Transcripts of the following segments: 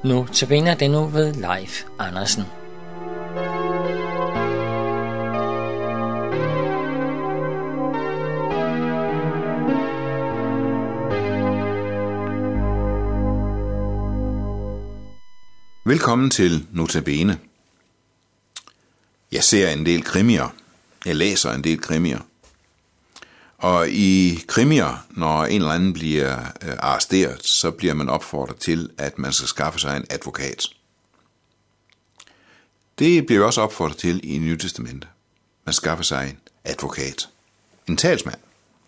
Nu tabiner det nu ved Leif Andersen. Velkommen til Notabene. Jeg ser en del krimier. Jeg læser en del krimier. Og i krimier, når en eller anden bliver arresteret, så bliver man opfordret til, at man skal skaffe sig en advokat. Det bliver også opfordret til i Nye Testamente. Man skaffer sig en advokat. En talsmand.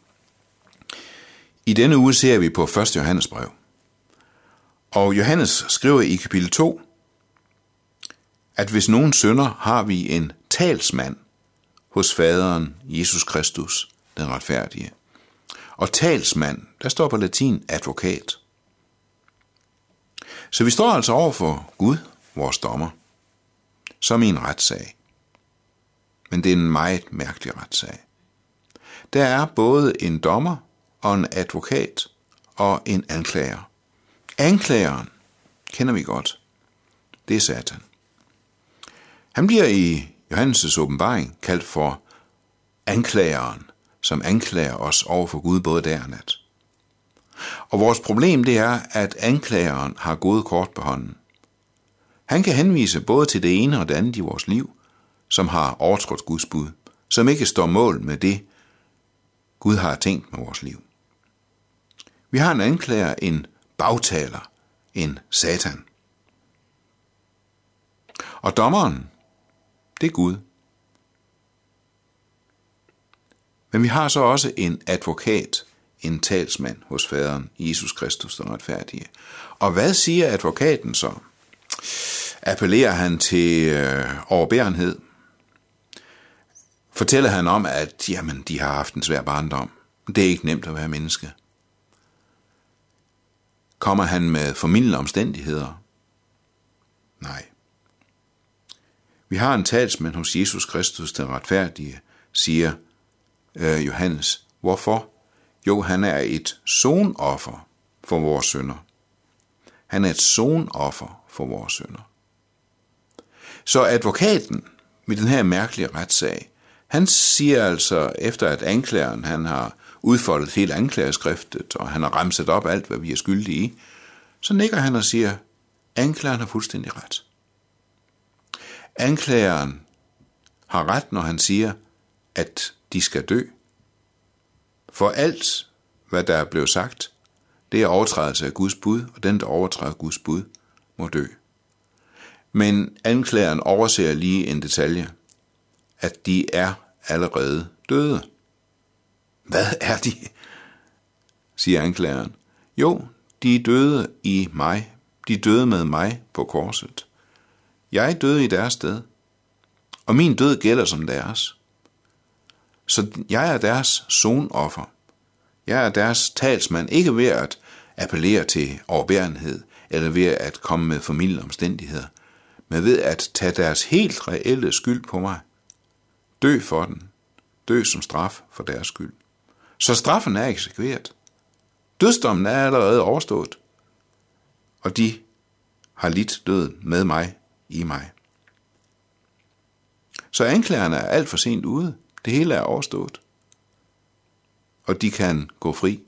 I denne uge ser vi på 1. Johannes brev. Og Johannes skriver i kapitel 2, at hvis nogen synder, har vi en talsmand hos faderen, Jesus Kristus, den retfærdige. Og talsmand, der står på latin advokat. Så vi står altså over for Gud, vores dommer, som i en retssag. Men det er en meget mærkelig retssag. Der er både en dommer og en advokat og en anklager. Anklageren kender vi godt. Det er Satan. Han bliver i Johannes' åbenbaring kaldt for anklageren, som anklager os over for Gud både dag og nat. Og vores problem det er, at anklageren har gode kort på hånden. Han kan henvise både til det ene og det andet i vores liv, som har overtrådt Guds bud, som ikke står mål med det, Gud har tænkt med vores liv. Vi har en anklager, en bagtaler, en Satan. Og dommeren, det er Gud. Men vi har så også en advokat, en talsmand hos faderen, Jesus Kristus, den retfærdige. Og hvad siger advokaten så? Appellerer han til overbærenhed? Fortæller han om, at jamen, de har haft en svær barndom? Det er ikke nemt at være menneske. Kommer han med formildende omstændigheder? Nej. Vi har en talsmand hos Jesus Kristus, den retfærdige, siger Johannes. Hvorfor? Jo, han er et sonoffer for vores synder. Han er et sonoffer for vores synder. Så advokaten med den her mærkelige retssag, han siger altså, efter at anklageren han har udfoldet hele anklageskriftet, og han har remset op alt, hvad vi er skyldige i, så nikker han og siger, anklageren har fuldstændig ret. Anklageren har ret, når han siger, at de skal dø. For alt, hvad der er blevet sagt, det er overtrædelse af Guds bud, og den, der overtræder Guds bud, må dø. Men anklageren overser lige en detalje, at de er allerede døde. Hvad er de? Siger anklageren. Jo, de er døde i mig. De døde med mig på korset. Jeg døde i deres sted, og min død gælder som deres. Så jeg er deres sonoffer. Jeg er deres talsmand, ikke ved at appellere til overbærenhed, eller ved at komme med formildende omstændigheder, men ved at tage deres helt reelle skyld på mig. Dø for den. Dø som straf for deres skyld. Så straffen er eksekveret. Dødsdommen er allerede overstået, og de har lidt døden med mig i mig. Så anklagerne er alt for sent ude. Det hele er overstået. Og de kan gå fri.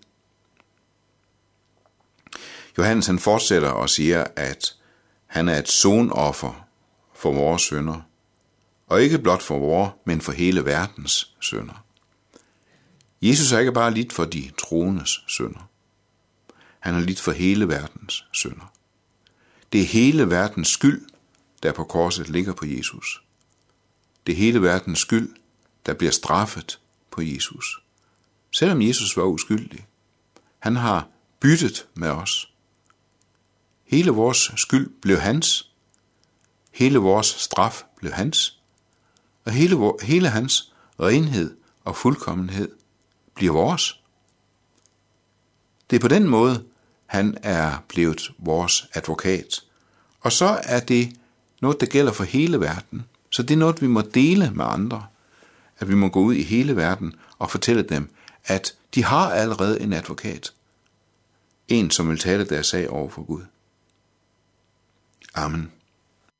Johannes han fortsætter og siger, at han er et sonoffer for vores synder. Og ikke blot for vores, men for hele verdens synder. Jesus er ikke bare lidt for de troendes synder. Han har lidt for hele verdens synder. Det er hele verdens skyld, der på korset ligger på Jesus. Det er hele verdens skyld, der bliver straffet på Jesus. Selvom Jesus var uskyldig. Han har byttet med os. Hele vores skyld blev hans. Hele vores straf blev hans. Og hele hans renhed og fuldkommenhed bliver vores. Det er på den måde, han er blevet vores advokat. Og så er det noget, der gælder for hele verden. Så det er noget, vi må dele med andre. At vi må gå ud i hele verden og fortælle dem, at de har allerede en advokat. En, som vil tale deres sag over for Gud. Amen.